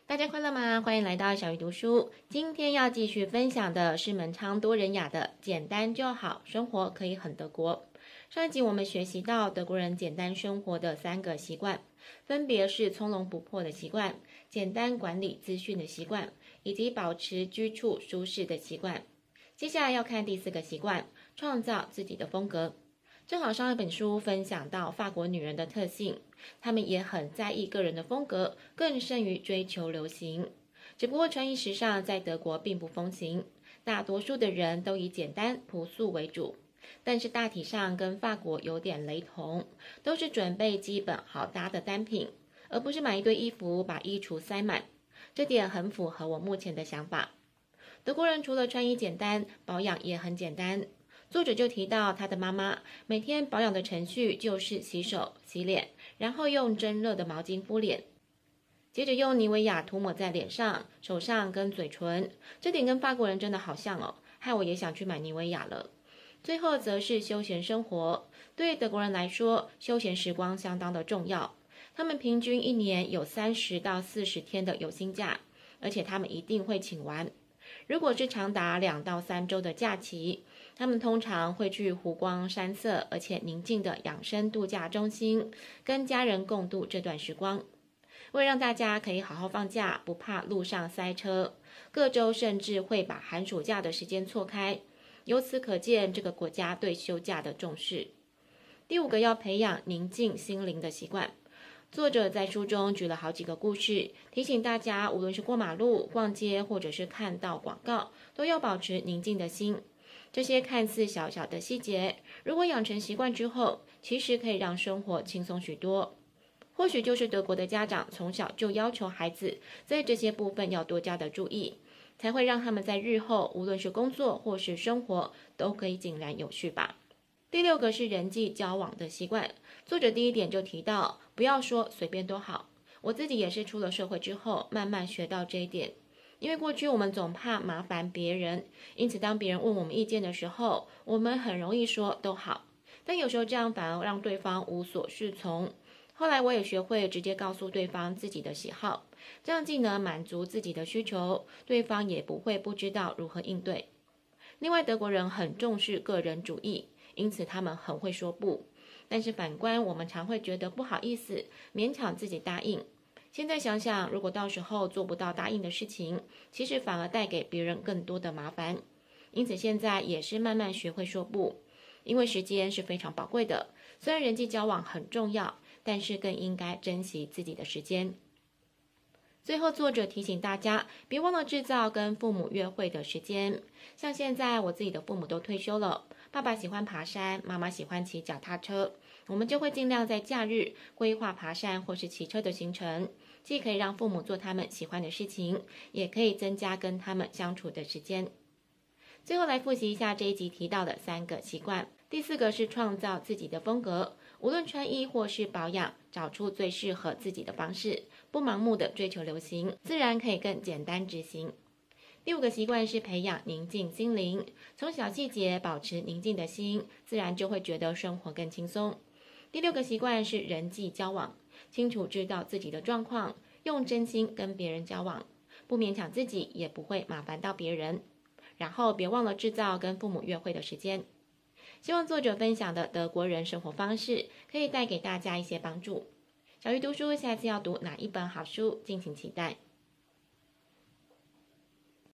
大家快乐吗？欢迎来到小鱼读书。今天要继续分享的是门昌多人雅的《简单就好，生活可以很德国》。上一集我们学习到德国人简单生活的3个习惯，分别是从容不迫的习惯、简单管理资讯的习惯，以及保持居处舒适的习惯。接下来要看第4个习惯，创造自己的风格。正好上一本书分享到法国女人的特性，她们也很在意个人的风格，更胜于追求流行。只不过穿衣时尚在德国并不风行，大多数的人都以简单朴素为主，但是大体上跟法国有点雷同，都是准备基本好搭的单品，而不是买一堆衣服把衣橱塞满。这点很符合我目前的想法。德国人除了穿衣简单，保养也很简单。作者就提到他的妈妈每天保养的程序就是洗手、洗脸，然后用蒸热的毛巾敷脸，接着用妮维雅涂抹在脸上、手上跟嘴唇，这点跟法国人真的好像哦，害我也想去买妮维雅了。最后则是休闲生活，对德国人来说，休闲时光相当的重要。他们平均一年有30到40天的有薪假，而且他们一定会请完。如果是长达2到3周的假期，他们通常会去湖光山色而且宁静的养生度假中心，跟家人共度这段时光。为了让大家可以好好放假，不怕路上塞车，各州甚至会把寒暑假的时间错开，由此可见这个国家对休假的重视。第5个要培养宁静心灵的习惯。作者在书中举了好几个故事，提醒大家无论是过马路、逛街或者是看到广告，都要保持宁静的心。这些看似小小的细节，如果养成习惯之后，其实可以让生活轻松许多。或许就是德国的家长从小就要求孩子在这些部分要多加的注意，才会让他们在日后无论是工作或是生活都可以井然有序吧。第6个是人际交往的习惯。作者第1点就提到，不要说随便都好。我自己也是出了社会之后慢慢学到这一点，因为过去我们总怕麻烦别人，因此当别人问我们意见的时候，我们很容易说都好，但有时候这样反而让对方无所适从。后来我也学会直接告诉对方自己的喜好，这样既能满足自己的需求，对方也不会不知道如何应对。另外，德国人很重视个人主义，因此他们很会说不，但是反观我们常会觉得不好意思，勉强自己答应。现在想想，如果到时候做不到答应的事情，其实反而带给别人更多的麻烦。因此现在也是慢慢学会说不，因为时间是非常宝贵的，虽然人际交往很重要，但是更应该珍惜自己的时间。最后，作者提醒大家，别忘了制造跟父母约会的时间。像现在我自己的父母都退休了，爸爸喜欢爬山，妈妈喜欢骑脚踏车，我们就会尽量在假日规划爬山或是骑车的行程，既可以让父母做他们喜欢的事情，也可以增加跟他们相处的时间。最后来复习一下这一集提到的3个习惯。第4个是创造自己的风格，无论穿衣或是保养，找出最适合自己的方式，不盲目的追求流行，自然可以更简单执行。第5个习惯是培养宁静心灵，从小细节保持宁静的心，自然就会觉得生活更轻松。第6个习惯是人际交往，清楚知道自己的状况，用真心跟别人交往，不勉强自己，也不会麻烦到别人。然后别忘了制造跟父母约会的时间。希望作者分享的德国人生活方式可以带给大家一些帮助。小鱼读书下次要读哪一本好书，敬请期待。